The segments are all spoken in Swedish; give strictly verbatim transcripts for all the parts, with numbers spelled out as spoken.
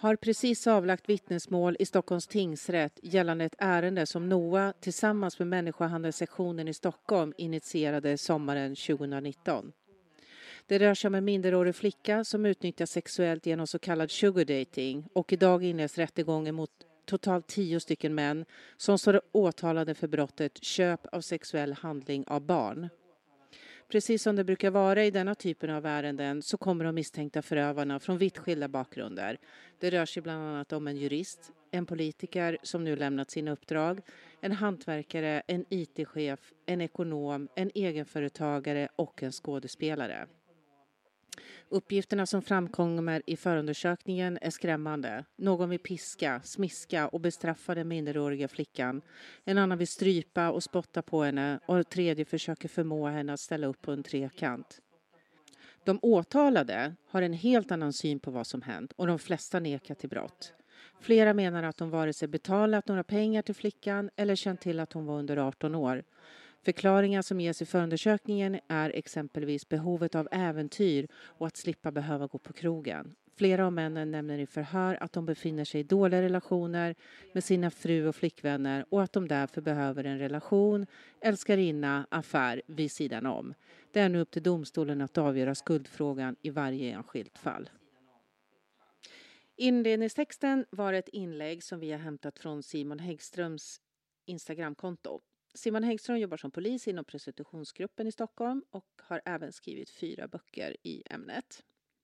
har precis avlagt vittnesmål i Stockholms tingsrätt gällande ett ärende som Noa tillsammans med människohandelssektionen i Stockholm initierade sommaren tjugonitton. Det rör sig om en minderårig flicka som utnyttjas sexuellt genom så kallad sugar dating, och idag inleds rättegången mot totalt tio stycken män som står åtalade för brottet köp av sexuell handling av barn. Precis som det brukar vara i denna typen av ärenden så kommer de misstänkta förövarna från vitt skilda bakgrunder. Det rör sig bland annat om en jurist, en politiker som nu lämnat sina uppdrag, en hantverkare, en I T-chef, en ekonom, en egenföretagare och en skådespelare. Uppgifterna som framkommer i förundersökningen är skrämmande. Någon vill piska, smiska och bestraffa den minderåriga flickan. En annan vill strypa och spotta på henne, och en tredje försöker förmå henne att ställa upp på en trekant. De åtalade har en helt annan syn på vad som hänt, och de flesta nekar till brott. Flera menar att de vare sig betalat några pengar till flickan eller känt till att hon var under arton år. Förklaringar som ges i förundersökningen är exempelvis behovet av äventyr och att slippa behöva gå på krogen. Flera av männen nämner i förhör att de befinner sig i dåliga relationer med sina fru- och flickvänner och att de därför behöver en relation, älskarinna, affär vid sidan om. Det är nu upp till domstolen att avgöra skuldfrågan i varje enskilt fall. Inledningstexten var ett inlägg som vi har hämtat från Simon Häggströms Instagramkonto. Simon Häggström jobbar som polis inom prostitutionsgruppen i Stockholm och har även skrivit fyra böcker i ämnet.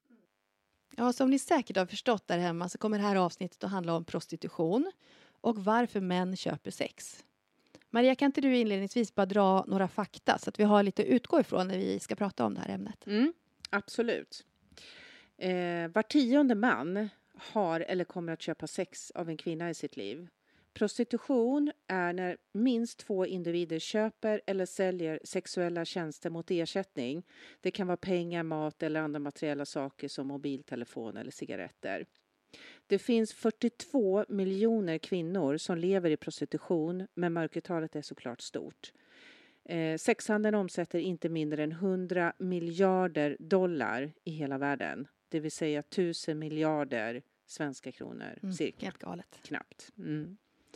Ja, som ni säkert har förstått där hemma så kommer det här avsnittet att handla om prostitution och varför män köper sex. Maria, kan inte du inledningsvis bara dra några fakta så att vi har lite att utgå ifrån när vi ska prata om det här ämnet? Mm, absolut. Eh, var tionde man har eller kommer att köpa sex av en kvinna i sitt liv. Prostitution är när minst två individer köper eller säljer sexuella tjänster mot ersättning. Det kan vara pengar, mat eller andra materiella saker som mobiltelefon eller cigaretter. Det finns fyrtiotvå miljoner kvinnor som lever i prostitution, men mörkertalet är såklart stort. Eh, sexhandeln omsätter inte mindre än hundra miljarder dollar i hela världen. Det vill säga tusen miljarder svenska kronor, Mm, cirka. helt galet. Knappt. Mm.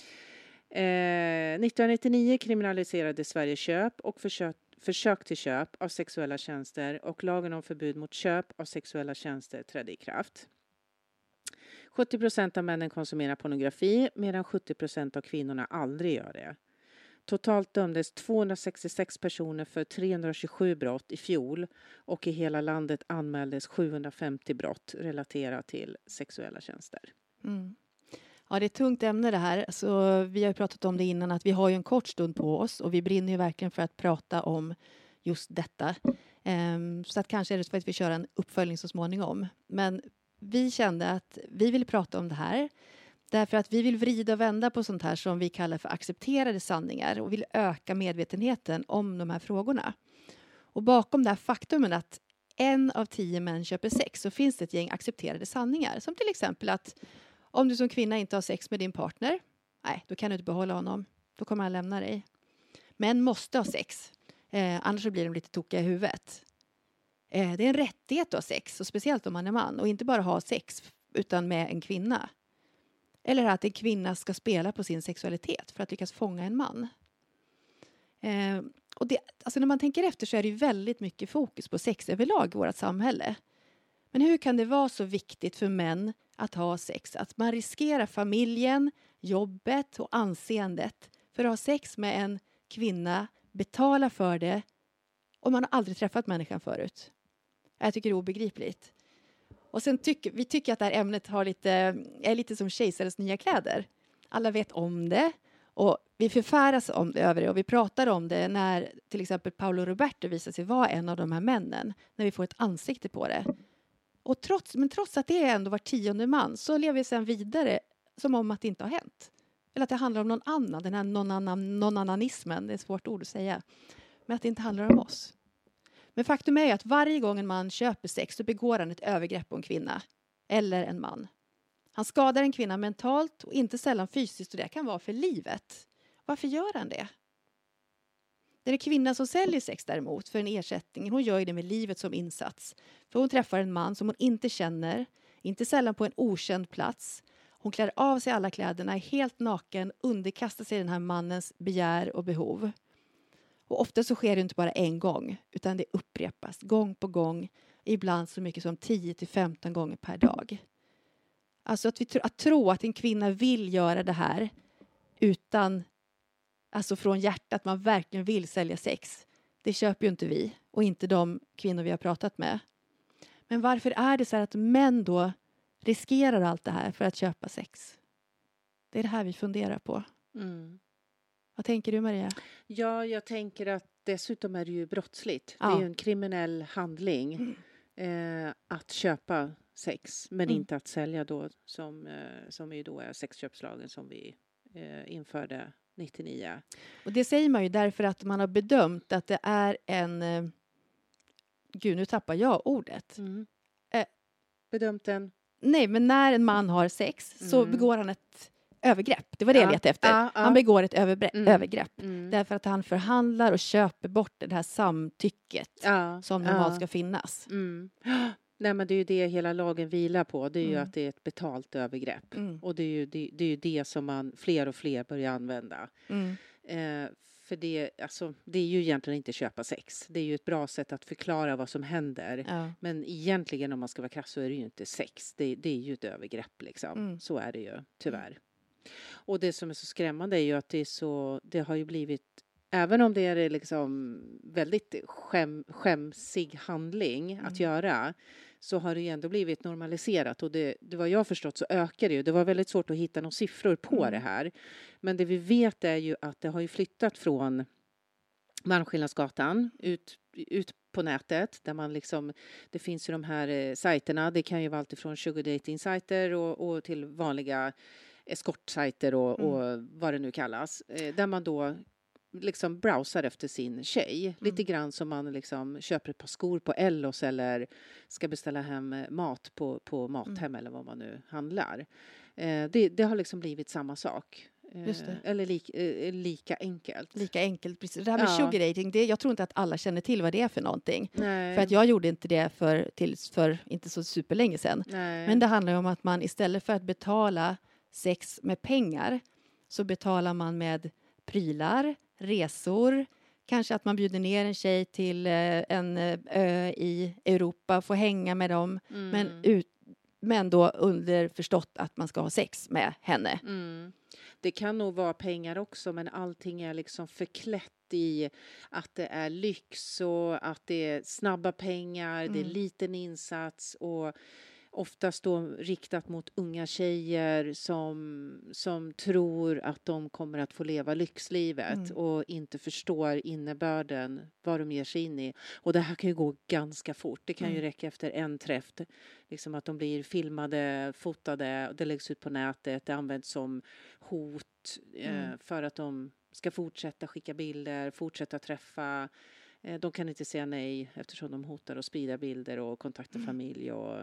Eh, nittonhundranittionio kriminaliserade Sverige köp och försök, försök till köp av sexuella tjänster, och lagen om förbud mot köp av sexuella tjänster trädde i kraft. sjuttio procent av männen konsumerar pornografi medan sjuttio procent av kvinnorna aldrig gör det. Totalt dömdes tvåhundrasextiosex personer för trehundratjugosju brott i fjol, och i hela landet anmäldes sjuhundrafemtio brott relaterat till sexuella tjänster. Mm. Ja, det är ett tungt ämne det här. Så vi har ju pratat om det innan att vi har ju en kort stund på oss och vi brinner ju verkligen för att prata om just detta. Um, så att kanske är det för att vi kör en uppföljning så småningom. Men vi kände att vi vill prata om det här därför att vi vill vrida och vända på sånt här som vi kallar för accepterade sanningar och vill öka medvetenheten om de här frågorna. Och bakom det här faktumen att en av tio män köper sex så finns det ett gäng accepterade sanningar. Som till exempel att om du som kvinna inte har sex med din partner, nej, då kan du inte behålla honom. Då kommer han lämna dig. Män måste ha sex, eh, annars så blir de lite tokiga i huvudet. Eh, det är en rättighet att ha sex, och speciellt om man är man. Och inte bara ha sex, utan med en kvinna. Eller att en kvinna ska spela på sin sexualitet för att lyckas fånga en man. Eh, och det, alltså när man tänker efter så är det ju väldigt mycket fokus på sex överlag i vårt samhälle. Men hur kan det vara så viktigt för män att ha sex? Att man riskerar familjen, jobbet och anseendet för att ha sex med en kvinna, betala för det, och man har aldrig träffat människan förut. Jag tycker det är obegripligt. Och sen tycker vi tycker att det här ämnet har lite, är lite som kejsarens nya kläder. Alla vet om det och vi förfäras om det över det, och vi pratar om det när till exempel Paolo Roberto visar sig vara en av de här männen, när vi får ett ansikte på det. Och trots, men trots att det är ändå var tionde man så lever vi sedan vidare som om att det inte har hänt. Eller att det handlar om någon annan, den här non-ananismen, det är ett svårt ord att säga. Men att det inte handlar om oss. Men faktum är ju att varje gång en man köper sex så begår han ett övergrepp på en kvinna eller en man. Han skadar en kvinna mentalt och inte sällan fysiskt, och det kan vara för livet. Varför gör han det? Den kvinna som säljer sex däremot för en ersättning, hon gör ju det med livet som insats. För hon träffar en man som hon inte känner, inte sällan på en okänd plats. Hon klär av sig alla kläderna, är helt naken, underkastar sig den här mannens begär och behov. Och ofta så sker det inte bara en gång, utan det upprepas gång på gång, ibland så mycket som tio till femton gånger per dag. Alltså att, vi tro, att tro att en kvinna vill göra det här utan, alltså från hjärtat, man verkligen vill sälja sex. Det köper ju inte vi och inte de kvinnor vi har pratat med. Men varför är det så här att män då riskerar allt det här för att köpa sex? Det är det här vi funderar på. Mm. Vad tänker du, Maria? Ja, jag tänker att dessutom är det ju brottsligt. Ja. Det är ju en kriminell handling mm. eh, att köpa sex, men mm. inte att sälja då, som, eh, som ju då är sexköpslagen som vi eh, införde nittionio. Och det säger man ju därför att man har bedömt att det är en... Eh, gud, nu tappar jag ordet. Mm. Eh, bedömt en... Nej, men när en man har sex så mm. begår han ett övergrepp. Det var det ja. jag letade efter. Ja, ja. Han begår ett överbre- mm. övergrepp. Mm. Därför att han förhandlar och köper bort det här samtycket ja. som normalt ja. ska finnas. Mm. Nej, men det är ju det hela lagen vilar på. Det är ju mm. att det är ett betalt övergrepp. Mm. Och det är, ju, det, det är ju det som man fler och fler börjar använda. Mm. Eh, för det, alltså, det är ju egentligen inte köpa sex. Det är ju ett bra sätt att förklara vad som händer. Ja. Men egentligen, om man ska vara krass, så är det ju inte sex. Det, det är ju ett övergrepp liksom. Mm. Så är det ju, tyvärr. Mm. Och det som är så skrämmande är ju att det är så, det har ju blivit, även om det är liksom väldigt skäm, skämsig handling mm. att göra, så har det ju ändå blivit normaliserat. Och det, det var jag har förstått så ökar det ju. Det var väldigt svårt att hitta några siffror på mm. det här. Men det vi vet är ju att det har ju flyttat från Malmskillnadsgatan ut, ut på nätet. Där man liksom, det finns ju de här eh, sajterna. Det kan ju vara allt ifrån sugar dating sajter och, och till vanliga eskortsajter och, mm. och vad det nu kallas. Eh, där man då liksom browsar efter sin tjej. Mm. Lite grann som man liksom köper ett par skor på Ellos eller ska beställa hem mat på, på Mathem mm. eller vad man nu handlar. Eh, det, det har liksom blivit samma sak. Eh, Just det. Eller li, eh, lika enkelt. Lika enkelt, precis. Det här med ja. sugar dating, det, jag tror inte att alla känner till vad det är för någonting. Nej. För att jag gjorde inte det för, till, för inte så superlänge sedan. Nej. Men det handlar ju om att man istället för att betala sex med pengar så betalar man med prylar, resor, kanske att man bjuder ner en tjej till en ö i Europa, får hänga med dem, mm. men, ut, men då underförstått att man ska ha sex med henne. Mm. Det kan nog vara pengar också, men allting är liksom förklätt i att det är lyx och att det är snabba pengar, mm. det är liten insats och oftast då riktat mot unga tjejer som, som tror att de kommer att få leva lyxlivet mm. och inte förstår innebörden, vad de ger sig in i. Och det här kan ju gå ganska fort. Det kan mm. ju räcka efter en träff. Liksom att de blir filmade, fotade, det läggs ut på nätet, det används som hot mm. eh, för att de ska fortsätta skicka bilder, fortsätta träffa. De kan inte säga nej eftersom de hotar att sprida bilder och kontakta mm. familj och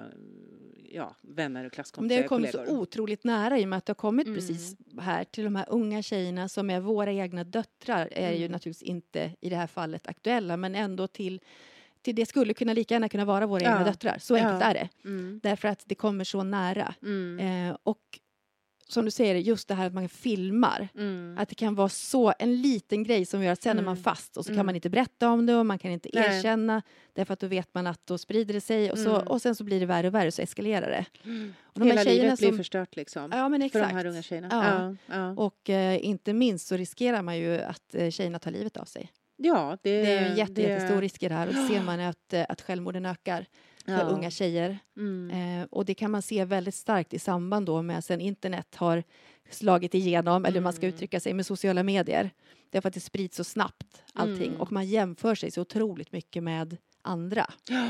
ja, vänner och klasskompisar. Det har kommit så otroligt nära i och med att det har kommit mm. precis här till de här unga tjejerna som är våra egna döttrar är mm. ju naturligtvis inte i det här fallet aktuella, men ändå till, till det skulle kunna lika gärna kunna vara våra ja. egna döttrar. Så enkelt ja. är det. Mm. Därför att det kommer så nära. Mm. Eh, och som du säger, just det här att man filmar. Mm. Att det kan vara så en liten grej som gör att sen mm. är man fast. Och så mm. kan man inte berätta om det och man kan inte Nej. erkänna. Därför att då vet man att då sprider det sig. Och, så, mm. och sen så blir det värre och värre så eskalerar det. Mm. Och de Hela livet som, blir förstört liksom. Ja, men exakt. För de här unga tjejerna. Ja. Ja, ja. Och eh, inte minst så riskerar man ju att eh, tjejerna tar livet av sig. Ja, det, det är en jätte, det... jättestor risk i det här. Och det ser man att, att självmorden ökar. För ja. unga tjejer. Mm. Eh, och det kan man se väldigt starkt i samband då med sen internet har slagit igenom, mm. eller man ska uttrycka sig med sociala medier. Därför att det sprids så snabbt allting. Mm. Och man jämför sig så otroligt mycket med andra.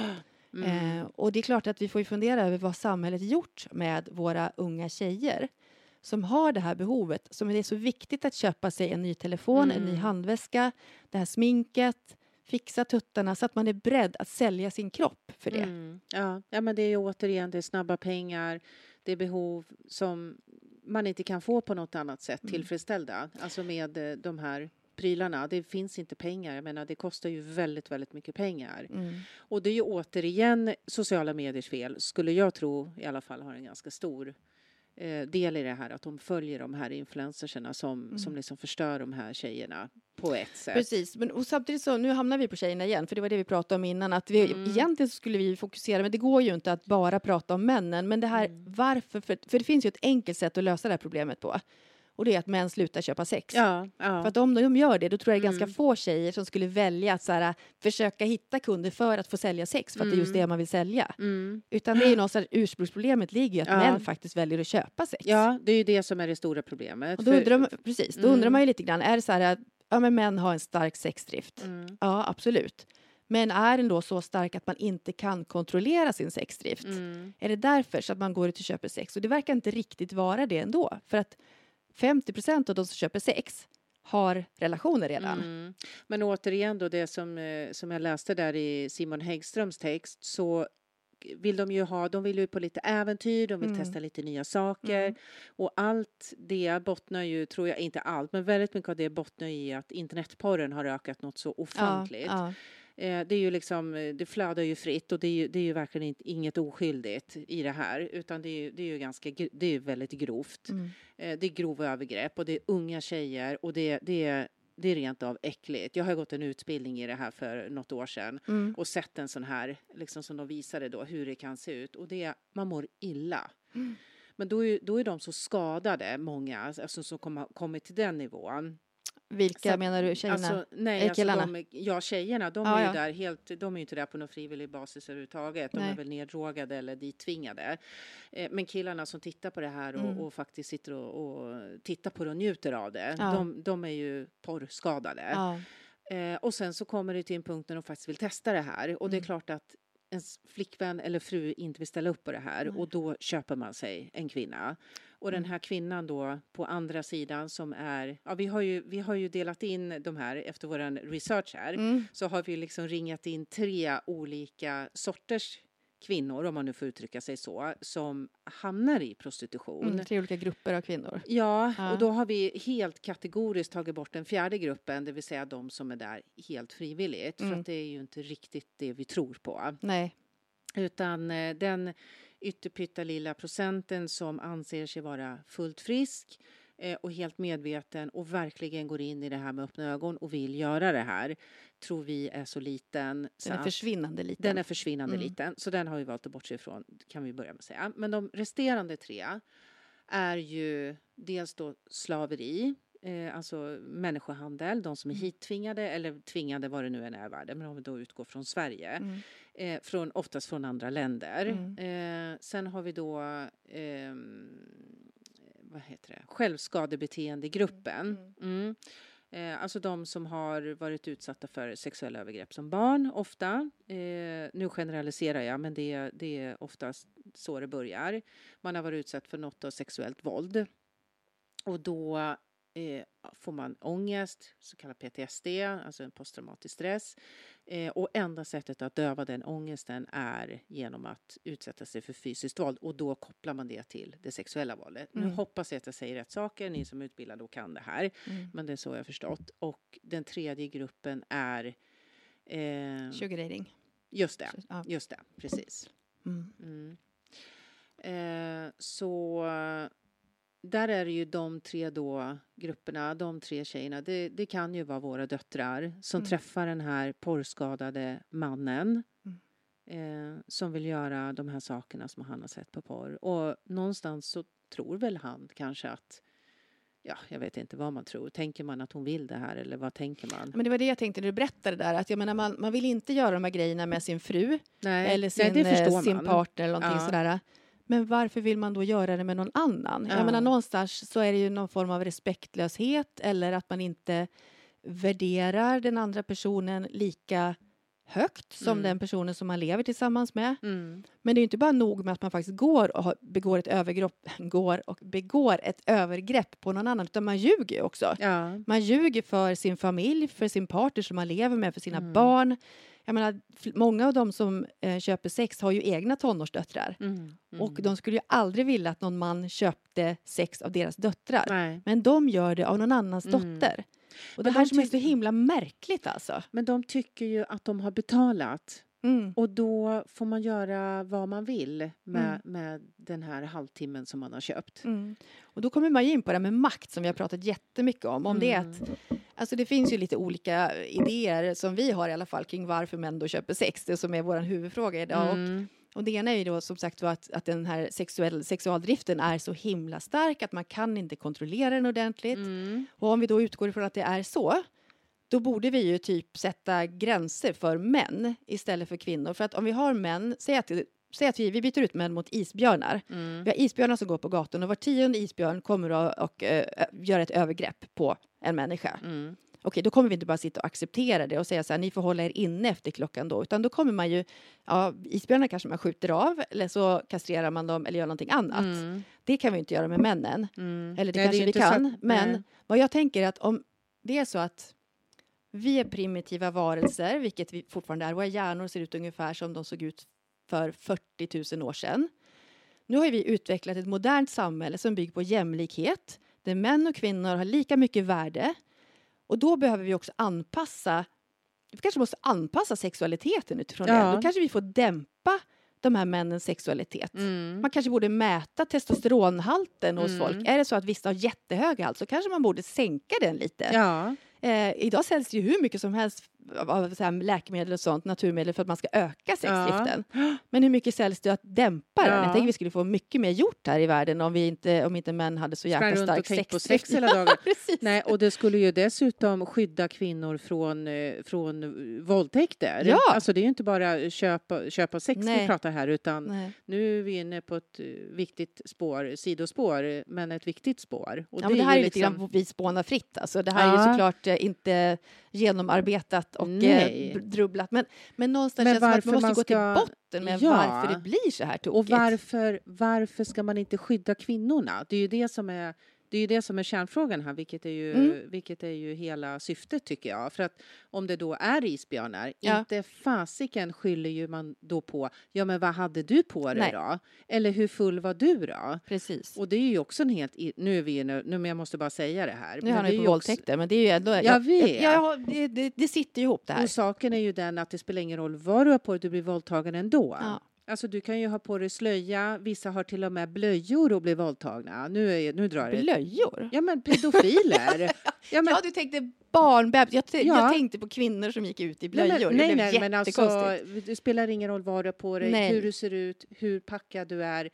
Mm. Eh, och det är klart att vi får ju fundera över vad samhället gjort med våra unga tjejer. Som har det här behovet. Som det är så viktigt att köpa sig en ny telefon, mm. en ny handväska. Det här sminket. Fixa tuttarna så att man är beredd att sälja sin kropp för det. Mm. Ja. ja, men det är ju återigen det är snabba pengar. Det är behov som man inte kan få på något annat sätt mm. tillfredsställda. Alltså med de här prylarna. Det finns inte pengar. Jag menar, det kostar ju väldigt, väldigt mycket pengar. Mm. Och det är ju återigen sociala mediers fel. Skulle jag tro i alla fall har en ganska stor eh, del i det här. Att de följer de här influencerserna som, Mm. som liksom förstör de här tjejerna på ett sätt. Precis, men och samtidigt så, nu hamnar vi på tjejerna igen, för det var det vi pratade om innan, att vi, Mm. egentligen så skulle vi fokusera, men det går ju inte att bara prata om männen, men det här, Mm. varför, för, för det finns ju ett enkelt sätt att lösa det här problemet på, och det är att män slutar köpa sex. Ja, ja. För att om de gör det, då tror jag det är ganska Mm. få tjejer som skulle välja att så här, försöka hitta kunder för att få sälja sex, för att det är just Mm. det man vill sälja. Mm. Utan det är ju någonstans, ursprungsproblemet ligger ju att Ja. män faktiskt väljer att köpa sex. Ja, det är ju det som är det stora problemet. Och då För- undrar man, precis, då Mm. undrar man ju lite grann, är det så här att ja, men män har en stark sexdrift? Mm. Ja, absolut. Men är den då så stark att man inte kan kontrollera sin sexdrift? Mm. Är det därför så att man går ut och köper sex? Och det verkar inte riktigt vara det ändå. För att femtio procent av de som köper sex har relationer redan. Mm. Men återigen då, det som, eh, som jag läste där i Simon Häggströms text, så vill de ju ha, de vill ju på lite äventyr, de vill Mm. testa lite nya saker. Mm. Och allt det bottnar ju, tror jag, inte allt, men väldigt mycket av det bottnar i att internetporren har ökat något så ofantligt. Ja, Eh, det är ju liksom, eh, det flödar ju fritt och det är ju, det är ju verkligen inte, inget oskyldigt i det här, utan det är ju, det är ju ganska, gr- det är ju väldigt grovt. ja. Mm. Eh, det är grova övergrepp och det är unga tjejer och det, det, är, det är rent av äckligt. Jag har gått en utbildning i det här för något år sedan Mm. och sett en sån här, liksom som de visade då, hur det kan se ut. Och det är, man mår illa. Mm. Men då är, då är de så skadade, många, alltså, som kommer kommit till den nivån. Vilka Så- menar du? Tjejerna? Alltså, nej, Eh, alltså killarna? de, ja, tjejerna, de Ja, är ju ja. där helt, de är ju inte där på någon frivillig basis överhuvudtaget. De Nej. är väl neddrogade eller dittvingade. Eh, men killarna som tittar på det här och, Mm. och faktiskt sitter och, och tittar på det och njuter av det, Ja. de, de är ju porrskadade. Ja. Eh, och sen så kommer det till en punkt när de faktiskt vill testa det här. Och det är Mm. klart att ens flickvän eller fru inte vill ställa upp på det här. Nej. Och då köper man sig en kvinna. Och den Mm. här kvinnan då på andra sidan som är... Ja, vi har ju, vi har ju delat in de här efter våran research här. Mm. Så har vi liksom ringat in tre olika sorters kvinnor, om man nu får uttrycka sig så, som hamnar i prostitution. Mm. Tre olika grupper av kvinnor. Ja, Ja. och då har vi helt kategoriskt tagit bort den fjärde gruppen, det vill säga de som är där helt frivilligt. För Mm. att det är ju inte riktigt det vi tror på. Nej. Utan eh, den ytterpytta lilla procenten som anser sig vara fullt frisk eh, och helt medveten och verkligen går in i det här med öppna ögon och vill göra det här, tror vi är så liten. Så Den är att- försvinnande liten. den är försvinnande Mm. liten, så den har vi valt att bortse ifrån, kan vi börja med att säga. Men de resterande tre är ju dels då slaveri, eh, alltså människohandel, de som är Mm. hittvingade eller tvingade vad det nu än är i världen, men om vi då utgår från Sverige, Mm. eh, från, oftast från andra länder. Mm. Eh, sen har vi då ehm, vad heter det? Självskadebeteendegruppen. Mm. Eh, alltså de som har varit utsatta för sexuella övergrepp som barn, ofta. Eh, nu generaliserar jag, men det, det är oftast så det börjar. Man har varit utsatt för något av sexuellt våld. Och då eh, får man ångest, så kallad P T S D, alltså en posttraumatisk stress. Eh, och enda sättet att döva den ångesten är genom att utsätta sig för fysiskt våld. Och då kopplar man det till det sexuella våldet. Mm. Nu hoppas jag att jag säger rätt saker, ni som är utbildade och kan det här. Mm. Men det är så jag har förstått. Och den tredje gruppen är... Eh, Sugar dating. just det, Ja. just det, precis. Mm. Mm. Eh, så där är det ju de tre då grupperna, de tre tjejerna. Det, det kan ju vara våra döttrar som Mm. träffar den här porrskadade mannen. Mm. Eh, som vill göra de här sakerna som han har sett på porr. Och någonstans så tror väl han kanske att, ja, jag vet inte vad man tror. Tänker man att hon vill det här eller vad tänker man? Men det var det jag tänkte när du berättade där. Att jag menar, man, man vill inte göra de här grejerna med sin fru. Nej, eller sin, nej, det förstår eh, sin man. partner eller någonting Ja. sådär. Men varför vill man då göra det med någon annan? Ja. Jag menar, någonstans så är det ju någon form av respektlöshet. Eller att man inte värderar den andra personen lika högt som Mm. den personen som man lever tillsammans med. Mm. Men det är ju inte bara nog med att man faktiskt går och har- begår ett övergrepp, går och begår ett övergrepp på någon annan, utan man ljuger ju också. Ja. Man ljuger för sin familj, för sin partner som man lever med, för sina Mm. barn. Jag menar, fl- många av dem som eh, köper sex har ju egna tonårsdöttrar. Mm. Mm. Och de skulle ju aldrig vilja att någon man köpte sex av deras döttrar. Nej. Men de gör det av någon annans Mm. dotter. Och det Men här de som är tyck- så himla märkligt alltså. Men de tycker ju att de har betalat. Mm. Och då får man göra vad man vill med, Mm. med den här halvtimmen som man har köpt. Mm. Och då kommer man ju in på det här med makt som vi har pratat jättemycket om. Om det är att, alltså det finns ju lite olika idéer som vi har i alla fall kring varför män då köper sex. Det som är vår huvudfråga idag. Mm. Och, och det ena är ju då som sagt att, att den här sexuell, sexualdriften är så himla stark att man kan inte kontrollera den ordentligt. Mm. Och om vi då utgår ifrån att det är så, då borde vi ju typ sätta gränser för män istället för kvinnor. För att om vi har män, säg att, säg att vi, vi byter ut män mot isbjörnar. Mm. Vi har isbjörnar som går på gatan och var tionde isbjörn kommer att och, och, uh, göra ett övergrepp på en människa. Mm. Okej, då kommer vi inte bara sitta och acceptera det och säga så här, ni får hålla er inne efter klockan då. Utan då kommer man ju, ja, isbjörnar kanske man skjuter av eller så kastrerar man dem eller gör någonting annat. Mm. Det kan vi inte göra med männen. Mm. Eller det Nej, kanske är vi inte kan. så att- men nej. vad jag tänker är att om det är så att vi är primitiva varelser, vilket vi fortfarande är. Våra hjärnor ser ut ungefär som de såg ut för fyrtio tusen år sedan. Nu har vi utvecklat ett modernt samhälle som bygger på jämlikhet. Där män och kvinnor har lika mycket värde. Och då behöver vi också anpassa, vi kanske måste anpassa sexualiteten utifrån Ja. det. Då kanske vi får dämpa de här männens sexualitet. Mm. Man kanske borde mäta testosteronhalten hos Mm. folk. Är det så att vissa har jättehög halt så kanske man borde sänka den lite. Ja. Eh, idag säljs det ju hur mycket som helst av, av så här läkemedel och sånt, naturmedel för att man ska öka sexdriften. Men hur mycket säljs det att dämpa den? Ja. Jag tänker vi skulle få mycket mer gjort här i världen om, vi inte, om inte män hade så Sprang jäkla runt och stark tänkt på sexdrift. sex hela dagen. Precis. Nej, och det skulle ju dessutom skydda kvinnor från, eh, från eh, våldtäkter. Ja. Alltså det är ju inte bara köp, köp av sex vi Nej. pratar här, utan Nej. nu är vi inne på ett eh, viktigt spår, sidospår, eh, men ett viktigt spår. Och Ja, men det här ju är lite liksom- grann vi spånar fritt. Alltså, det här är Ja. ju såklart eh, inte genomarbetat och Nej. eh, drubblat. Men, men någonstans Men känns det som att man varför måste man gå ska- till botten med Ja. varför det blir så här tokigt. Och varför, varför ska man inte skydda kvinnorna? Det är ju det som är, det är, ju det som är kärnfrågan här, vilket är, ju, Mm. vilket är ju hela syftet tycker jag. För att om det då är isbjörnar, Ja. inte fasiken skyller ju man då på, ja men vad hade du på dig Nej. då? Eller hur full var du då? Precis. Och det är ju också en helt, i- nu är vi nu, nu men jag måste bara säga det här. Nu men hamnar det vi är på ju också- våldtäkter, men det är ju ändå... Jag vet. Ja, ja, det, det, det sitter ju ihop det här. Och saken är ju den att det spelar ingen roll vad du har på dig, du blir våldtagen ändå. Ja. Alltså du kan ju ha på dig slöja, vissa har till och med blöjor och blir våldtagna. Nu, är, nu drar det. Blöjor? Ja men pedofiler. ja, men, Ja, du tänkte barnbebis. Jag, t- Ja. jag tänkte på kvinnor som gick ut i nej, blöjor. men, det nej, blev nej men alltså jättekonstigt. det spelar ingen roll vad du har på dig, Nej. hur du ser ut, hur packad du är.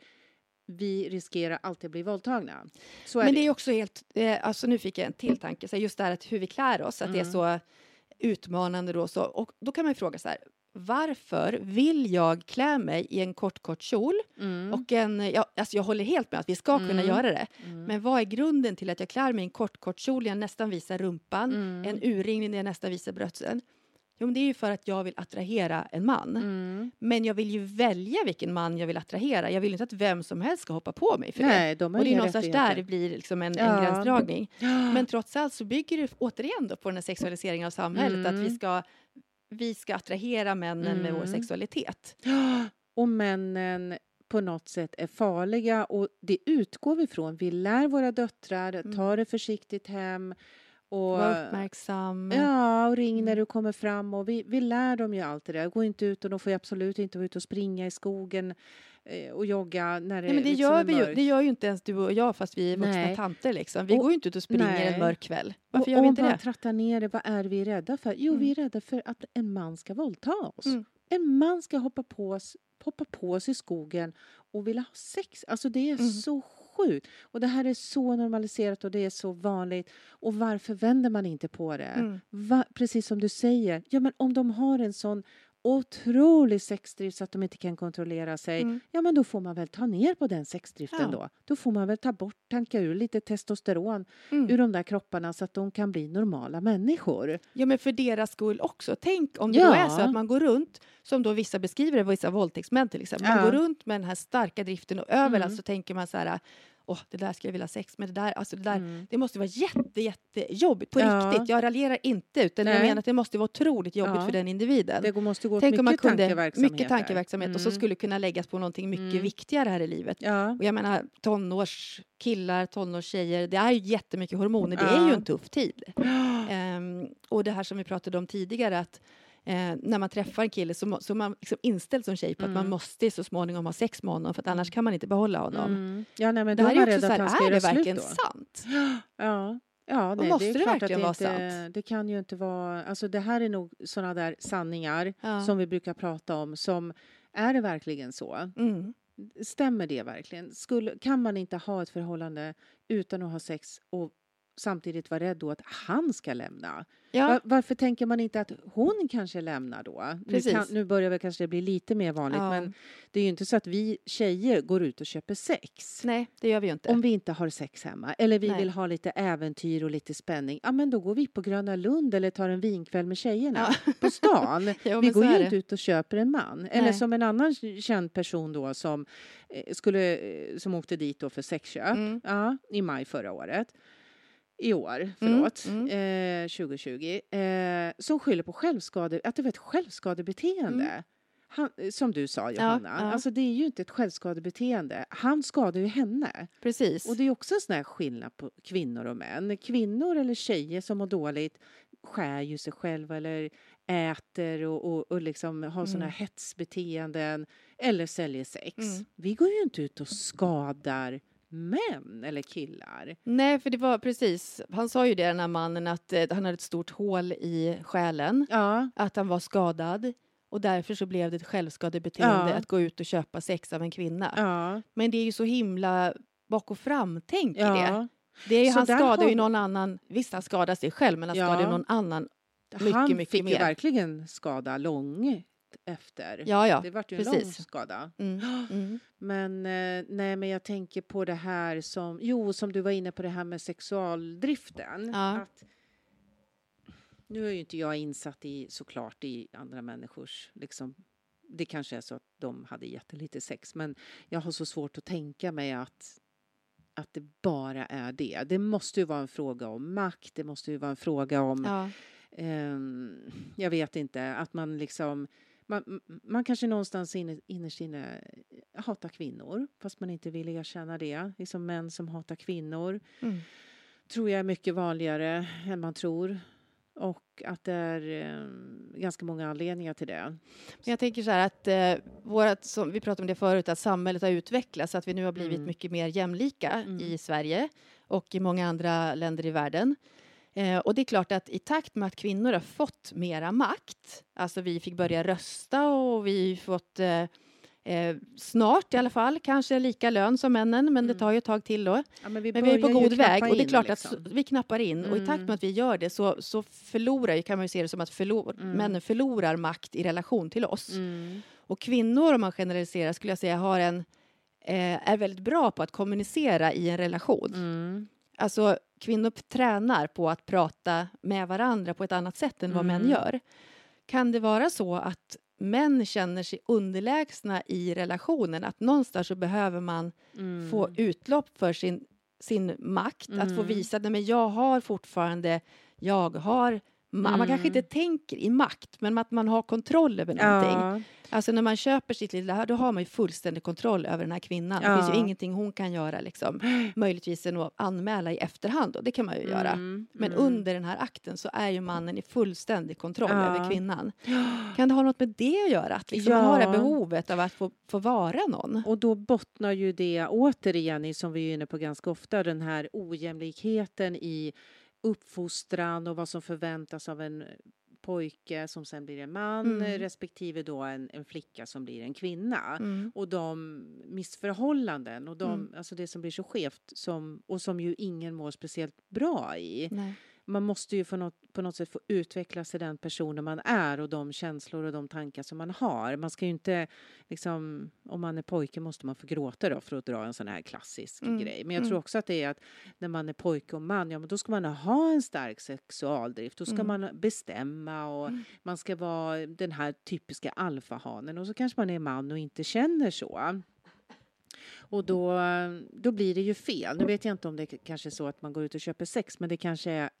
Vi riskerar alltid att bli våldtagna. Så är Men det. det är också helt... Eh, alltså nu fick jag en till tanke. Så här, just det här att hur vi klär oss. Att det är Mm. så utmanande då. Så, och då kan man ju fråga så här. Varför vill jag klä mig i en kort, kort kjol? Mm. Och en, ja, alltså jag håller helt med att vi ska kunna Mm. göra det. Mm. Men vad är grunden till att jag klär mig i en kort, kort kjol? Jag nästan visar rumpan. Mm. En urringning där jag nästan visar brösten. Jo, men det är ju för att jag vill attrahera en man. Mm. Men jag vill ju välja vilken man jag vill attrahera. Jag vill inte att vem som helst ska hoppa på mig för Nej, de det. har Och det är inga någonstans rättigheter. där det blir liksom en, Ja. en gränsdragning. Ja. Men trots allt så bygger det återigen då på den här sexualiseringen av samhället. Mm. Att vi ska, vi ska attrahera männen med vår Mm. sexualitet. Och männen på något sätt är farliga och det utgår vi från. Vi lär våra döttrar, Mm. ta det försiktigt hem. Och, Var uppmärksam. ja, och ring när Mm. du kommer fram. Och vi, vi lär dem ju allt det där. Gå inte ut och de får ju absolut inte vara ute och springa i skogen eh, och jogga när det, Nej, men det, liksom gör är vi ju, mörkt. det gör ju inte ens du och jag fast vi är vuxna Nej. tanter. Liksom. Vi Och- går ju inte ut och springer nej. en mörk kväll. Varför och gör vi om inte man det? trattar ner det, vad är vi rädda för? Jo, Mm. vi är rädda för att en man ska våldta oss. Mm. En man ska hoppa på oss, hoppa på oss i skogen och vilja ha sex. Alltså det är Mm. så sjukt. Och det här är så normaliserat och det är så vanligt. Och varför vänder man inte på det? Mm. Va, precis som du säger. Ja, men om de har en sån otrolig sexdrift så att de inte kan kontrollera sig. Mm. Ja, men då får man väl ta ner på den sexdriften Ja. då. Då får man väl ta bort, tanka ur lite testosteron Mm. ur de där kropparna så att de kan bli normala människor. Ja, men för deras skull också. Tänk om det Ja. då är så att man går runt, som då vissa beskriver det, vissa våldtäktsmän till exempel. Man Ja. går runt med den här starka driften och överallt Mm. så tänker man så här, åh, det där skulle jag vilja ha sex med. Det där, alltså det där, Mm. det måste vara jätte, jättejobbigt på Ja. riktigt. Jag raljerar inte, utan jag Nej. menar att det måste vara otroligt jobbigt Ja. för den individen. Det går- måste gå åt Tänk om man mycket kunde, tankeverksamhet. mycket tankeverksamhet och så Mm. skulle kunna läggas på någonting mycket Mm. viktigare här i livet. Ja. Och jag menar, tonårskillar, tonårstjejer, det är ju jättemycket hormoner. Det är Ja. ju en tuff tid. Ehm, och det här som vi pratade om tidigare, att eh, när man träffar en kille så, må, så är man liksom inställd som tjej på Mm. att man måste så småningom ha sex med honom, för att annars kan man inte behålla honom. Mm. Ja, nej, men Det då här är är man också rädd så att här, han ska är det göra slut verkligen då. sant? Ja, ja nej, måste det är det klart att verkligen det vara inte, sant? det kan ju inte vara, alltså det här är nog sådana där sanningar Ja. som vi brukar prata om, som, är det verkligen så? Mm. Stämmer det verkligen? Skulle, kan man inte ha ett förhållande utan att ha sex och samtidigt vara rädd då att han ska lämna? Ja, Var, varför tänker man inte att hon kanske lämnar då? Nu, Precis. kan, nu börjar det kanske bli lite mer vanligt, Ja. men det är ju inte så att vi tjejer går ut och köper sex. nej, det gör vi ju inte. Om vi inte har sex hemma, eller vi Nej. vill ha lite äventyr och lite spänning, ja men då går vi på Gröna Lund eller tar en vinkväll med tjejerna Ja. på stan. Jo, Vi men går så ju är inte det. ut och köper en man. Eller Nej. som en annan känd person då som eh, skulle, eh, som åkte dit då för sexköp, Mm. ja, i maj förra året. I år, förlåt, Mm, Eh, tjugo tjugo, eh, som skyller på självskade, att det var ett självskadebeteende. Mm. Han, som du sa, Johanna. ja. Alltså det är ju inte ett självskadebeteende. Han skadar ju henne. Precis. Och det är också en sån här skillnad på kvinnor och män. Kvinnor eller tjejer som mår dåligt skär ju sig själva eller äter och, och, och liksom har såna här Mm. hetsbeteenden eller säljer sex. Mm. Vi går ju inte ut och skadar män eller killar. Nej, för det var precis. Han sa ju det, den här mannen, att eh, han hade ett stort hål i själen. Ja, Att han var skadad. Och därför så blev det ett självskadebeteende Ja. att gå ut och köpa sex av en kvinna. ja, Men det är ju så himla bak och fram-tänk i det. ja. det är ju, Så han där skadar har- ju någon annan. Visst, han skadar sig själv, men han Ja. skadar ju någon annan. Mycket, Han mycket fick mer. ju verkligen skada långt efter. Ja, ja. Det var ju en precis. lång skada. Mm. Mm. Men, eh, nej, men jag tänker på det här som, jo, som du var inne på det här med sexualdriften. Ja. Att, nu är ju inte jag insatt i, såklart, i andra människors, liksom, det kanske är så att de hade jättelite sex, men jag har så svårt att tänka mig att, att det bara är det. Det måste ju vara en fråga om makt, det måste ju vara en fråga om, Ja. ehm, jag vet inte, att man liksom, man, man kanske någonstans inne, innerst inne hatar kvinnor, fast man inte vill erkänna det. Liksom män som hatar kvinnor Mm. tror jag är mycket vanligare än man tror. Och att det är eh, ganska många anledningar till det. Men jag tänker så här att eh, vårat, som vi pratade om det förut, att samhället har utvecklats, att vi nu har blivit Mm. mycket mer jämlika Mm. i Sverige och i många andra länder i världen. Eh, och det är klart att i takt med att kvinnor har fått mera makt, alltså vi fick börja rösta och vi fått eh, eh, snart i alla fall kanske lika lön som männen, men det Mm. tar ju ett tag till då. Ja, men vi, Men vi är på börjar ju god väg knappa och det är in, klart liksom. att s- vi knappar in och i takt Mm. med att vi gör det så, så förlorar ju, kan man ju se det som att förlor, Mm. männen förlorar makt i relation till oss. Mm. Och kvinnor, om man generaliserar, skulle jag säga har en, eh, är väldigt bra på att kommunicera i en relation. Mm. Alltså kvinnor p- tränar på att prata med varandra på ett annat sätt än vad Mm. män gör. Kan det vara så att män känner sig underlägsna i relationen? Att någonstans så behöver man Mm. få utlopp för sin, sin makt. Att få Mm. visa att nej, men jag har fortfarande, jag har ma- Man Mm. kanske inte tänker i makt, men att man har kontroll över någonting. Ja. Alltså när man köper sitt lilla, då har man ju fullständig kontroll över den här kvinnan. Det Ja. finns ju ingenting hon kan göra liksom. Möjligtvis är nog anmäla i efterhand och det kan man ju göra. Mm. Men Mm. under den här akten så är ju mannen i fullständig kontroll Ja. över kvinnan. Kan det ha något med det att göra? Att liksom man har det Ja. behovet av att få, få vara någon? Och då bottnar ju det återigen i, som vi är inne på ganska ofta, den här ojämlikheten i uppfostran och vad som förväntas av en pojke som sen blir en man, Mm. respektive då en, en flicka som blir en kvinna. Mm. Och de missförhållanden och de, Mm. alltså det som blir så skevt som, och som ju ingen mår speciellt bra i. Nej. Man måste ju på något, på något sätt få utvecklas till den personen man är och de känslor och de tankar som man har. Man ska ju inte, liksom, om man är pojke måste man få gråta då för att dra en sån här klassisk Mm. grej. Men jag Mm. tror också att det är att när man är pojke och man, ja men då ska man ha en stark sexualdrift. Då ska Mm. man bestämma och Mm. man ska vara den här typiska alfahanen. Och så kanske man är man och inte känner så. Och då, då blir det ju fel. Nu vet jag inte om det är kanske är så att man går ut och köper sex, men det kanske är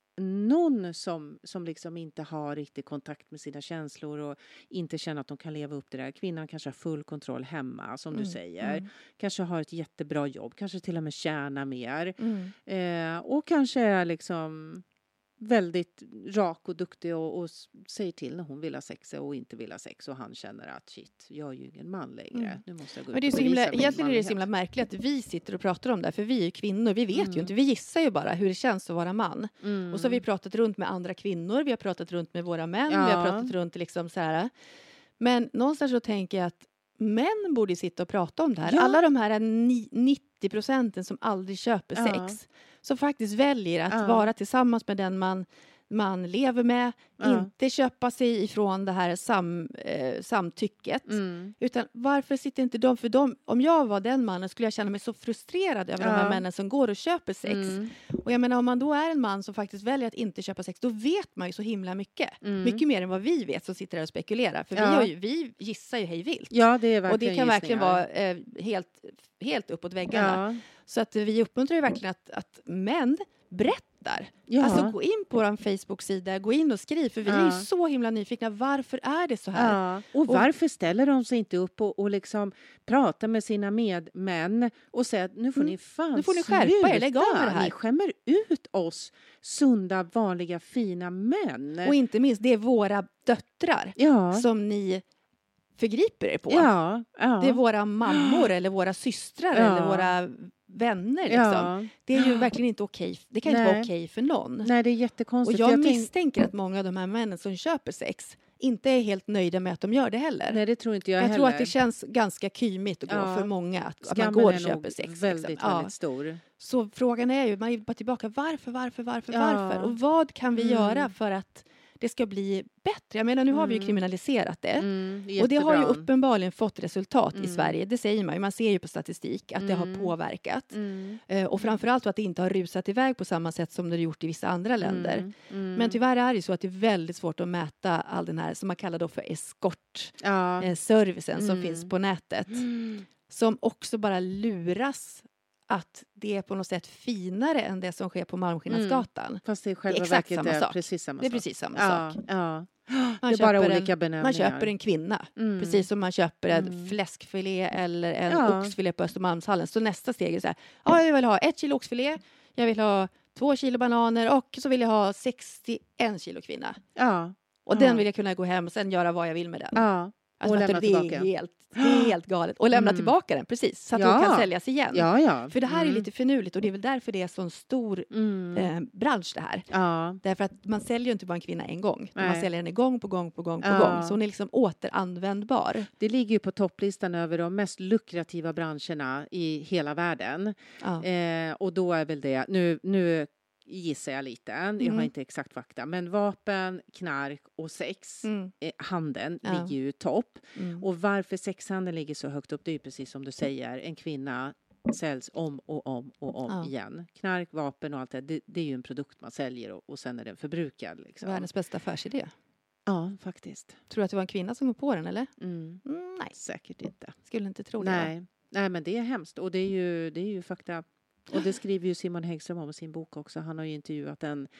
någon som, som liksom inte har riktig kontakt med sina känslor och inte känner att de kan leva upp till det där. Kvinnan kanske har full kontroll hemma, som mm. du säger. Mm. Kanske har ett jättebra jobb, kanske till och med tjänar mer. Mm. Eh, och kanske är liksom väldigt rak och duktig och, och säger till när hon vill ha sex och inte vill ha sex, och han känner att shit, jag är ju ingen man längre. Mm. Nu måste jag gå ut. Men det är så himla, egentligen är det så himla märkligt att vi sitter och pratar om det, för vi är ju kvinnor, vi vet mm. ju inte, vi gissar ju bara hur det känns att vara man. Mm. Och så har vi pratat runt med andra kvinnor, vi har pratat runt med våra män, ja. vi har pratat runt liksom så här. Men någonstans så tänker jag att män borde sitta och prata om det här. Ja. Alla de här nittio procenten som aldrig köper sex. Ja. Som faktiskt väljer att ja. vara tillsammans med den man, man lever med. Ja. Inte köpa sig ifrån det här sam, eh, samtycket. Mm. Utan varför sitter inte de för dem? Om jag var den mannen skulle jag känna mig så frustrerad över ja. de här männen som går och köper sex. Mm. Och jag menar, om man då är en man som faktiskt väljer att inte köpa sex, då vet man ju så himla mycket. Mm. Mycket mer än vad vi vet som sitter där och spekulerar. För ja. vi, har ju, vi gissar ju hej vilt. Ja, det är verkligen. Och det kan verkligen vara eh, helt, helt uppåt väggarna. Ja. Så att vi uppmuntrar ju verkligen att, att män berättar. Ja. Alltså gå in på vår Facebook-sida, gå in och skriv, för vi ja. är ju så himla nyfikna. Varför är det så här? Ja. Och varför och, ställer de sig inte upp och, och liksom pratar med sina medmän och säger att nu får ni fan nu får ni skärpa er, lägg av med det här. Ni skämmer ut oss sunda, vanliga, fina män. Och inte minst, det är våra döttrar ja. som ni förgriper er på. Ja, ja. Det är våra mammor eller våra systrar ja. eller våra vänner. Liksom. Ja. Det är ju verkligen inte okej. Det kan Nej. inte vara okej för någon. Nej, det är jättekonstigt. Och jag, jag misstänker tänk... att många av de här männen som köper sex inte är helt nöjda med att de gör det heller. Nej, det tror inte jag, jag heller. Jag tror att det känns ganska kymigt att gå ja. för många att, att man går och köper sex. Väldigt, liksom. väldigt ja. stor. Så frågan är ju, man är bara tillbaka, varför, varför, varför, ja. varför? Och vad kan vi mm. göra för att det ska bli bättre? Jag menar, nu har vi ju kriminaliserat det. Mm, och det har ju uppenbarligen fått resultat mm. i Sverige. Det säger man ju. Man ser ju på statistik att mm. det har påverkat. Mm. Uh, och framförallt att det inte har rusat iväg på samma sätt som det har gjort i vissa andra länder. Mm. Mm. Men tyvärr är det så att det är väldigt svårt att mäta all den här, som man kallar då för escort-servicen ja. eh, som mm. finns på nätet. Mm. Som också bara luras att det är på något sätt finare än det som sker på Malmskillnadsgatan. Mm. Fast det är själva det är verket samma är sak. precis samma sak. Det är precis samma ja, sak. Ja. Man det är bara olika en, benämningar. Man köper en kvinna. Mm. Precis som man köper en mm. fläskfilé eller en ja. oxfilé på Östermalmshallen. Så nästa steg är så här. Ja, jag vill ha ett kilo oxfilé. Jag vill ha två kilo bananer. Och så vill jag ha sextioen kilo kvinna. Ja. Och ja. den vill jag kunna gå hem och sen göra vad jag vill med den. Ja. Alltså, och lämna det, tillbaka. Är helt, det är helt galet. Och lämna mm. tillbaka den, precis. Så att ja. de kan säljas igen. Ja, ja. För det här mm. är lite finurligt. Och det är väl därför det är en sån stor mm. eh, bransch det här. Ja. Därför att man säljer ju inte bara en kvinna en gång. Nej. Man säljer henne gång på gång på gång på ja. gång. Så hon är liksom återanvändbar. Det ligger ju på topplistan över de mest lukrativa branscherna i hela världen. Ja. Eh, och då är väl det... Nu... nu gissar jag lite. Jag mm. har inte exakt fakta. Men vapen, knark och sex, mm. eh, handeln ja. ligger ju topp. Mm. Och varför sexhandeln ligger så högt upp, det är ju precis som du säger. En kvinna säljs om och om och om ja. igen. Knark, vapen och allt det, det, det är ju en produkt man säljer och, och sen är den förbrukad. Liksom. Världens bästa affärsidé. Ja, faktiskt. Tror du att det var en kvinna som kom på den, eller? Mm. Mm, nej. Säkert inte. Skulle inte tro det. Nej. Nej, men det är hemskt. Och det är ju, det är ju fakta. Och det skriver ju Simon Häggström om i sin bok också. Han har ju intervjuat en,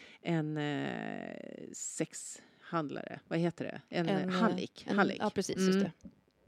en eh, sexhandlare. Vad heter det? En, en hallick. En, hallick. Ja, precis. Mm. Just det.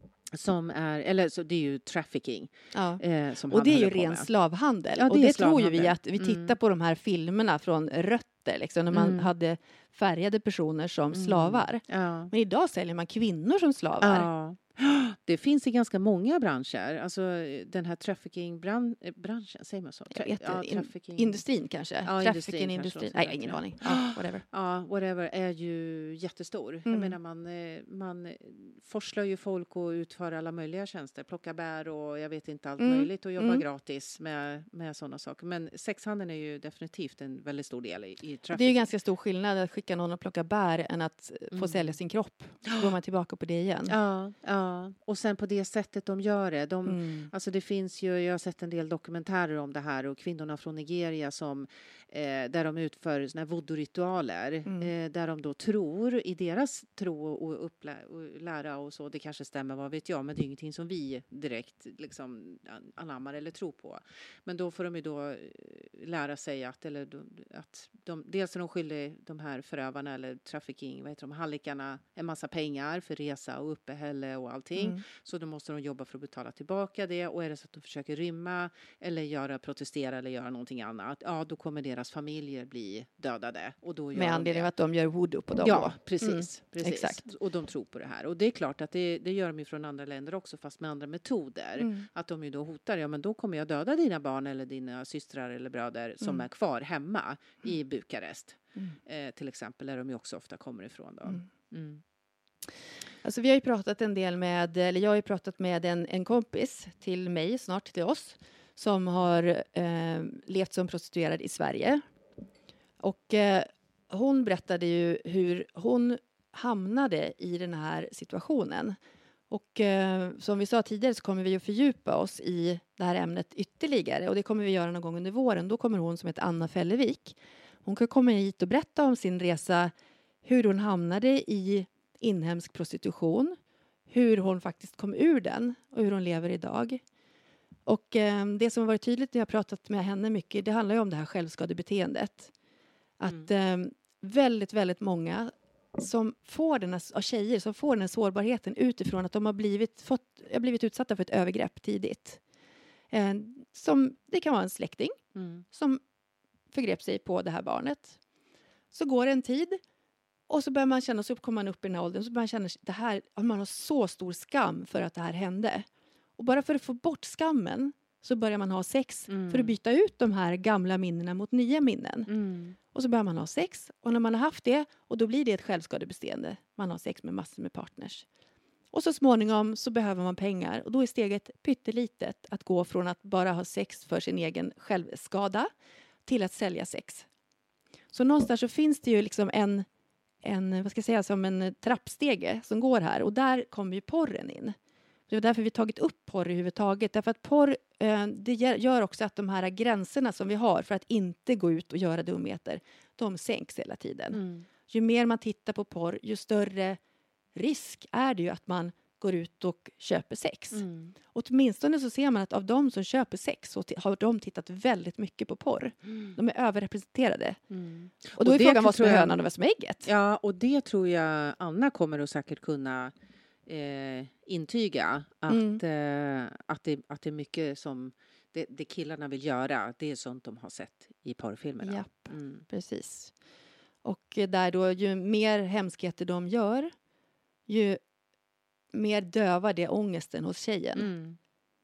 Som är, eller så det är ju trafficking. Ja. Eh, som och han det är ju ren med. slavhandel. Ja, det och det slavhandel. tror ju vi att vi tittar mm. på de här filmerna från rötter. Liksom, när man mm. hade färgade personer som mm. slavar. Ja. Men idag säljer man kvinnor som slavar. Ja. Det finns i ganska många branscher. Alltså den här trafficking-branschen, säger man så? Jag vet ja, in, trafficking. Industrin kanske? Ja, trafficking industrin. Nej, jag har ingen aning. Ja, whatever. Ja, whatever är ju jättestor. Mm. Jag menar, man, man forslar ju folk och utför alla möjliga tjänster. Plocka bär och jag vet inte allt mm. möjligt. Och jobba mm. gratis med, med sådana saker. Men sexhandeln är ju definitivt en väldigt stor del i, i trafficking. Det är ju ganska stor skillnad att skicka någon och plocka bär än att få mm. sälja sin kropp. Då går man tillbaka på det igen. Ja, ja. Och och sen på det sättet de gör det. De, Mm. alltså det finns ju, jag har sett en del dokumentärer om det här och kvinnorna från Nigeria som, eh, där de utför såna här voodoo-ritualer. Mm. Eh, där de då tror, i deras tro och, upplä- och lära och så, det kanske stämmer, vad vet jag, men det är ingenting som vi direkt liksom anammar eller tror på. Men då får de ju då lära sig att, eller då, att de, dels är de skyldiga de här förövarna eller trafficking, vad heter de, hallickarna, en massa pengar för resa och uppehälle och allting. Mm. Så då måste de jobba för att betala tillbaka det, och är det så att de försöker rymma eller göra, protestera eller göra någonting annat, ja då kommer deras familjer bli dödade. Och då gör Med de anledning av det. att de gör voodoo på dem. Ja, då. precis, Mm. precis. Exakt. Och de tror på det här. Och det är klart att det, det gör de ju från andra länder också, fast med andra metoder. Mm. Att de ju då hotar, ja men då kommer jag döda dina barn eller dina systrar eller bröder som Mm. är kvar hemma i Bukarest. Mm. Eh, till exempel, där de ju också ofta kommer ifrån då. Mm. Mm. Alltså vi har ju pratat en del med, eller jag har ju pratat med en, en kompis till mig, snart till oss, som har eh, levt som prostituerad i Sverige. Och eh, hon berättade ju hur hon hamnade i den här situationen. Och eh, som vi sa tidigare så kommer vi att fördjupa oss i det här ämnet ytterligare. Och det kommer vi göra någon gång under våren. Då kommer hon som heter Anna Fellevik. Hon kan komma hit och berätta om sin resa, hur hon hamnade i inhemsk prostitution, hur hon faktiskt kom ur den och hur hon lever idag. Och eh, det som har varit tydligt när jag har pratat med henne mycket, det handlar ju om det här självskadebeteendet. Att eh, väldigt, väldigt många som får den här, av tjejer som får den här sårbarheten utifrån att de har blivit, fått, har blivit utsatta för ett övergrepp tidigt. Eh, som, det kan vara en släkting Mm. som förgrep sig på det här barnet. Så går det en tid och så börjar man känna, så kommer man upp i den här åldern, så börjar man känna det här, att man har så stor skam för att det här hände. Och bara för att få bort skammen så börjar man ha sex Mm. för att byta ut de här gamla minnena mot nya minnen. Mm. Och så börjar man ha sex. Och när man har haft det, och då blir det ett självskadebeteende. Man har sex med massor med partners. Och så småningom så behöver man pengar. Och då är steget pyttelitet att gå från att bara ha sex för sin egen självskada till att sälja sex. Så någonstans så finns det ju liksom en, en vad ska jag säga, som en trappstege som går här. Och där kommer ju porren in. Det är därför vi tagit upp porr överhuvudtaget. Därför att porr, eh, det gör också att de här gränserna som vi har för att inte gå ut och göra dumheter, de sänks hela tiden. Mm. Ju mer man tittar på porr, ju större risk är det ju att man går ut och köper sex. Mm. Och åtminstone så ser man att av de som köper sex så t- har de tittat väldigt mycket på porr. Mm. De är överrepresenterade. Mm. Och då Och är det frågan vad som tror är jag- hönan och vad som är ägget. Ja, och det tror jag Anna kommer att säkert kunna eh, intyga. Att, Mm. eh, att, det, att det är mycket som det, det killarna vill göra. Det är sånt de har sett i porrfilmerna. Japp. Mm. Precis. Och eh, där då, ju mer hemskheter de gör, ju mer dövar det ångesten hos tjejen. Mm.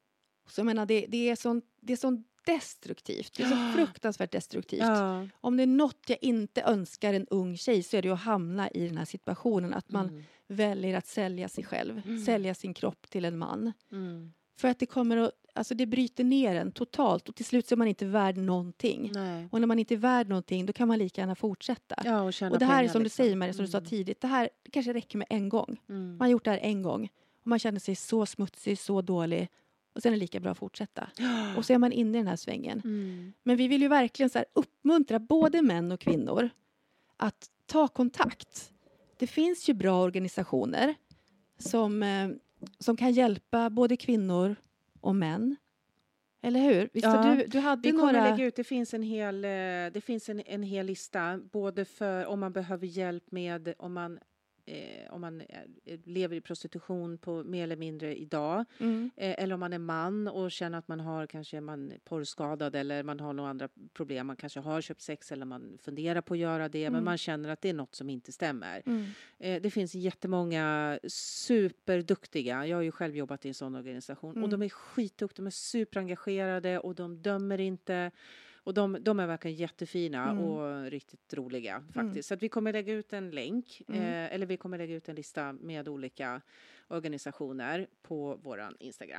Så jag menar, det, det är sån, det är sån destruktivt. Det är så fruktansvärt destruktivt. Ja. Om det är något jag inte önskar en ung tjej så är det att hamna i den här situationen. Att man Mm. väljer att sälja sig själv. Mm. Sälja sin kropp till en man. Mm. För att det kommer att, alltså det bryter ner en totalt. Och till slut så är man inte värd någonting. Nej. Och när man inte är värd någonting, då kan man lika gärna fortsätta. Ja, och tjäna Och det här är pengar, som liksom. du säger, Maria, som du sa Mm. tidigt. Det här det kanske räcker med en gång. Mm. Man har gjort det här en gång. Och man känner sig så smutsig, så dålig. Och sen är det lika bra att fortsätta. Och så är man inne i den här svängen. Mm. Men vi vill ju verkligen så här uppmuntra både män och kvinnor att ta kontakt. Det finns ju bra organisationer som, eh, som kan hjälpa både kvinnor och män. Eller hur? Visst, Ja, du, du hade Vi kommer några... lägga ut, det finns en hel, eh, det finns en, en hel lista. Både för om man behöver hjälp med, om man Eh, om man eh, lever i prostitution på mer eller mindre idag. Mm. Eh, eller om man är man och känner att man har kanske man är porrskadad eller man har några andra problem. Man kanske har köpt sex eller man funderar på att göra det. Mm. Men man känner att det är något som inte stämmer. Mm. Eh, det finns jättemånga superduktiga. Jag har ju själv jobbat i en sån organisation. Mm. Och de är skitduktiga. De är superengagerade och de dömer inte. Och de, de är verkligen jättefina Mm. och riktigt roliga faktiskt. Mm. Så att vi kommer lägga ut en länk. Mm. Eh, eller vi kommer lägga ut en lista med olika organisationer på våran Instagram.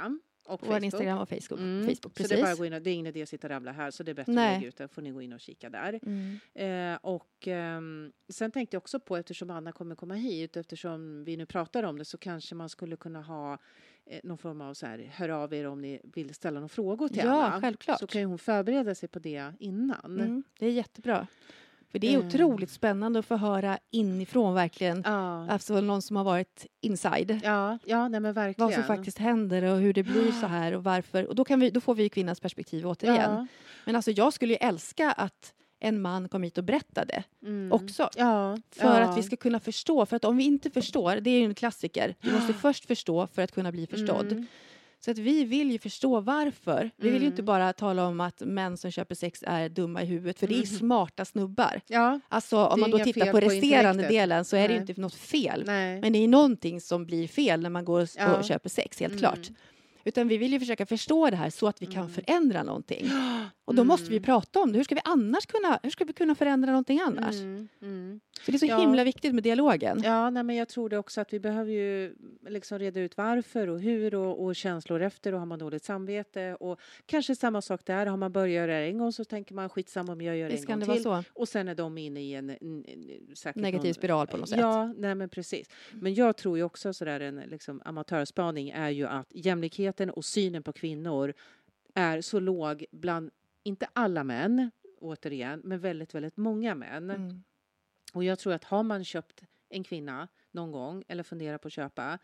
Och Vår Facebook. Instagram och Facebook. Mm. Facebook precis. Så det är bara att gå in och, det är ingen idé att sitta och ramla här, så det är bättre Nej. att lägga ut det. Får ni gå in och kika där. Mm. Eh, och eh, sen tänkte jag också på, eftersom Anna kommer komma hit, eftersom vi nu pratar om det, så kanske man skulle kunna ha eh, någon form av så här, hör av er om ni vill ställa några frågor till Ja, Anna. självklart. Så kan ju hon förbereda sig på det innan. Mm. Det är jättebra. För det är Mm. otroligt spännande att få höra inifrån verkligen. Ja, Alltså någon som har varit inside. ja, ja nej, men verkligen. Vad som faktiskt händer och hur det blir så här och varför. Och då, kan vi, då får vi ju kvinnans perspektiv återigen. Ja. Men alltså jag skulle ju älska att en man kom hit och berättade Mm. också. Ja, För ja. att vi ska kunna förstå. För att om vi inte förstår, det är ju en klassiker. Du måste först förstå för att kunna bli förstådd. Mm. Så att vi vill ju förstå varför. Vi vill ju Mm. inte bara tala om att män som köper sex är dumma i huvudet. För det är Mm. smarta snubbar. Ja, Alltså Det är om man då inga tittar fel på på resterande intellektet. delen så är det ju Nej. inte något fel. nej. Men det är någonting som blir fel när man går och, Ja. och köper sex, helt Mm. klart. Utan vi vill ju försöka förstå det här så att vi kan Mm. förändra någonting. Och då Mm. måste vi prata om det. Hur ska vi annars kunna, hur ska vi kunna förändra någonting annars? Mm. Mm. Så det är så Ja. himla viktigt med dialogen. Ja, nej, men jag tror det också att vi behöver ju liksom reda ut varför och hur och, och känslor efter, och har man dåligt samvete och kanske samma sak där, har man börjat göra det en gång så tänker man skitsamma om jag gör det Visst en kan gång det till, vara så. och sen är de inne i en, en, en säkert Negativ någon, spiral på något sätt. Ja, nej men precis. Men jag tror ju också sådär en liksom amatörspaning är ju att jämlikheten och synen på kvinnor är så låg bland, inte alla män återigen, men väldigt, väldigt många män. Mm. Och jag tror att har man köpt en kvinna någon gång eller funderar på att köpa,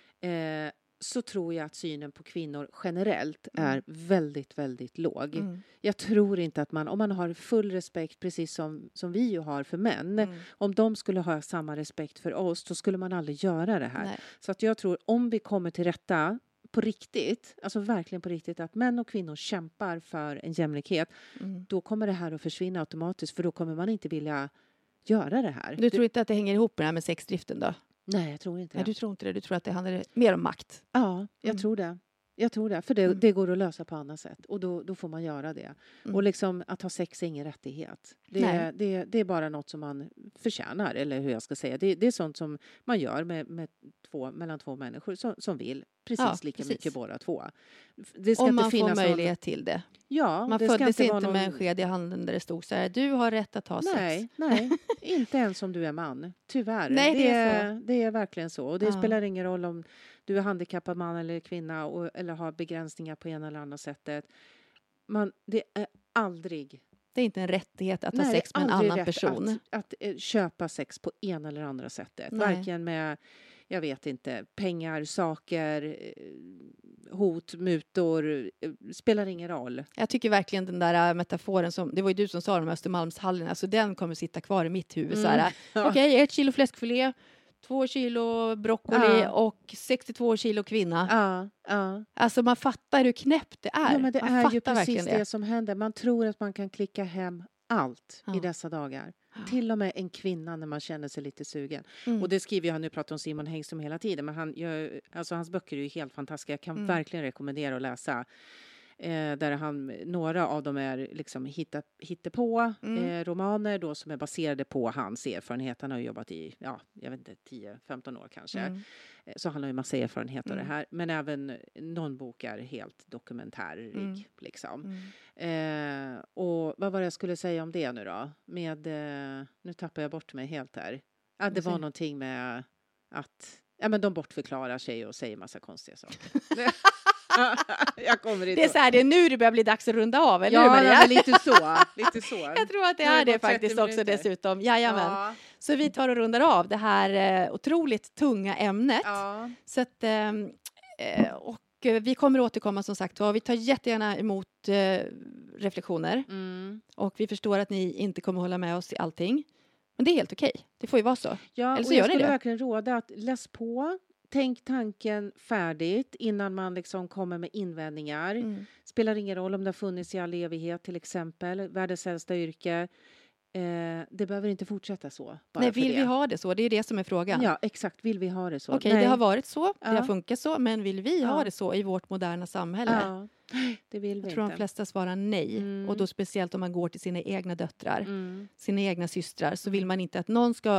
eh, så tror jag att synen på kvinnor generellt Mm. är väldigt, väldigt låg. Mm. Jag tror inte att man, om man har full respekt, precis som, som vi ju har för män, Mm. om de skulle ha samma respekt för oss, då skulle man aldrig göra det här. Nej. Så att jag tror, om vi kommer till rätta på riktigt, alltså verkligen på riktigt, att män och kvinnor kämpar för en jämlikhet, Mm. då kommer det här att försvinna automatiskt, för då kommer man inte vilja göra det här. Du tror inte att det hänger ihop med det här med sexdriften då? Nej, jag tror inte Nej, det. du tror inte det. Du tror att det handlar mer om makt. Ja, jag Mm. tror det. Jag tror det, för det, Mm. det går att lösa på annat sätt. Och då, då får man göra det. Mm. Och liksom att ha sex är ingen rättighet. Det, Nej. det, det är bara något som man förtjänar, eller hur jag ska säga. Det, det är sånt som man gör med, med två, mellan två människor som, som vill. Precis Ja, lika precis. mycket båda två. Det ska Om inte man får finnas möjlighet till det. Någon, ja, Man det ska föddes inte vara någon, med en sked i handen där det stod så här, du har rätt att ha Nej, sex. nej, inte ens om du är man. Tyvärr. Nej, det det, är är, det är verkligen så. Och det Ja. spelar ingen roll om du är handikappad man eller kvinna och, eller har begränsningar på ena eller andra sättet. Man, det är aldrig, Det är inte en rättighet att ha nej, sex med en aldrig annan rätt person. Att, att eh, köpa sex på ena eller andra sättet. Nej. Varken med, jag vet inte, pengar, saker, eh, hot, mutor, eh, spelar ingen roll. Jag tycker verkligen den där äh, metaforen, som, det var ju du som sa om Östermalmshallen, alltså den kommer sitta kvar i mitt huvud. Mm. Så här, Ja. okej, ett kilo fläskfilé, två kilo broccoli Ja. och sextiotvå kilo kvinna. Ja, ja. Alltså man fattar hur knäppt det är. Ja, men det man är fattar ju precis verkligen det. det. som händer. Man tror att man kan klicka hem allt Ja. i dessa dagar. Till och med en kvinna när man känner sig lite sugen. Mm. Och det skriver jag, nu pratar om Simon Hängström hela tiden, men han gör, alltså hans böcker är ju helt fantastiska. Jag kan Mm. verkligen rekommendera att läsa. Eh, där han, några av dem är liksom hitta, hittepå Mm. eh, romaner då, som är baserade på hans erfarenhet. Han har ju jobbat i, ja, jag vet inte, tio femton år kanske. Mm. Eh, Så han har ju massa erfarenhet av Mm. det här. Men även någon bok är helt dokumentärrik. Mm. Liksom. Mm. Eh, och vad var det jag skulle säga om det nu då? Med, eh, nu tappar jag bort mig helt här. Ja, det Vad var säger- någonting med att, ja men de bortförklarar sig och säger massa konstiga saker. jag kommer inte Det är så här, det är nu det börjar bli dags att runda av, eller hur Ja, Maria? nej, men lite så. Lite så. Jag tror att det Nu har är det det gått trettio faktiskt också minuter. dessutom. Jajamän. Ja, Så vi tar och rundar av det här eh, otroligt tunga ämnet. ja. Så att, ehm, eh, och eh, vi kommer återkomma som sagt var. Vi tar jättegärna emot eh, reflektioner. Mm. Och vi förstår att ni inte kommer hålla med oss i allting. Men det är helt okej. Det får ju vara så. Ja, Eller så och gör jag ni skulle det. verkligen råda att läs på. Tänk tanken färdigt innan man liksom kommer med invändningar. Mm. Spelar ingen roll om det har funnits i all evighet, till exempel. Världens äldsta yrke. Eh, det behöver inte fortsätta så. Bara Nej, för vill det. vi ha det så? Det är det som är frågan. Ja, exakt. Vill vi ha det så? Okej, Nej. det har varit så. Det Ja. har funkat så. Men vill vi ha Ja. det så i vårt moderna samhälle? Ja, det vill vi Jag tror de inte. flesta svarar nej. Mm. Och då speciellt om man går till sina egna döttrar, Mm. sina egna systrar, så vill man inte att någon ska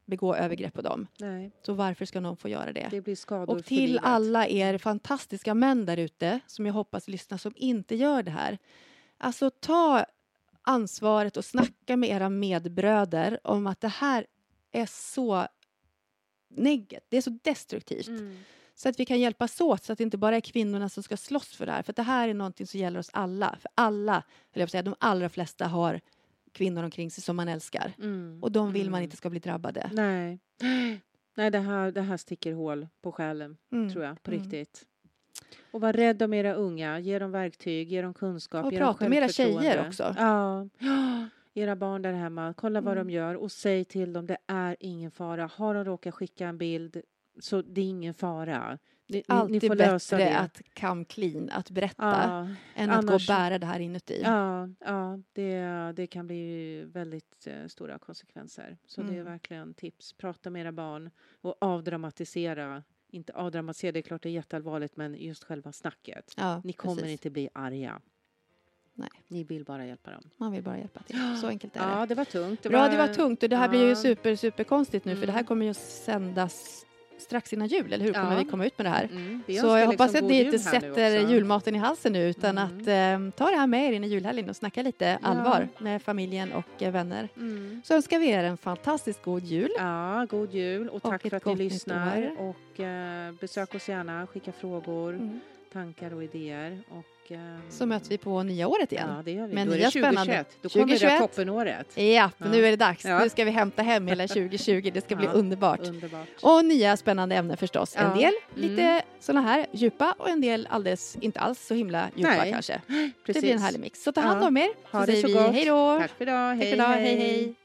begå övergrepp på dem. Nej. Så varför ska någon få göra det? Det blir skador Och för till livet. alla er fantastiska män där ute som jag hoppas lyssnar som inte gör det här. Alltså ta ansvaret och snacka med era medbröder om att det här är så negativt. Det är så destruktivt. Mm. Så att vi kan hjälpas åt så att det inte bara är kvinnorna som ska slåss för det här. För att det här är någonting som gäller oss alla. För alla, eller jag vill säga, de allra flesta har kvinnor omkring sig som man älskar. Mm. Och de vill mm. man inte ska bli drabbade. Nej, Nej det, här, det här sticker hål på själen, Mm. tror jag, på Mm. riktigt. Och var rädd om era unga. Ge dem verktyg, ge dem kunskap, Och ge dem prata med era självförtroende. tjejer också. Ja, era barn där hemma. Kolla vad Mm. de gör och säg till dem, det är ingen fara. Har de råkat skicka en bild, så det är ingen fara. Ni, Alltid ni får lösa bättre det. att come clean, att berätta, Ja, än att gå och annars- bära det här inuti. ja, ja det, det kan bli väldigt eh, stora konsekvenser. Så det är Mm. verkligen tips. Prata med era barn och avdramatisera. Inte avdramatisera, det är klart det är jätteallvarligt, men just själva snacket. Ja, Ni kommer precis. inte bli arga. Nej. Ni vill bara hjälpa dem. Man vill bara hjälpa till. Så enkelt är det. Ja, det var tungt. Det Bra, det var tungt och det här blir ju Ja. super, super konstigt nu Mm. för det här kommer ju att sändas strax innan jul, eller hur? Kommer Ja. vi komma ut med det här? Mm, vi Så önskar jag hoppas liksom att god ni jul inte här nu sätter också. julmaten i halsen nu utan Mm. att eh, ta det här med er in i julhelgen och snacka lite allvar med familjen och eh, vänner. Mm. Så önskar vi er en fantastiskt god jul. Ja, god jul och tack ett för att gott ni nytt lyssnar. år. Och eh, besök oss gärna, skicka frågor, Mm. tankar och idéer. Och, eh, Så möts vi på nya året igen. Ja, det gör vi. Men Då är nya det spännande. tjugohundratjugoett. Då kommer det tjugohundratjugoett. toppenåret. Ja, Ja. nu är det dags. Ja. Nu ska vi hämta hem hela tjugo tjugo. Det ska bli Ja, underbart. Underbart. Och nya spännande ämnen förstås. En Ja. del Mm. lite såna här djupa och en del alldeles inte alls så himla djupa Nej, kanske. Precis. Det blir en härlig mix. Så ta hand Ja. om er. Ha Så det säger så vi gott. hej då. Tack för idag. Tack för idag. Hej hej.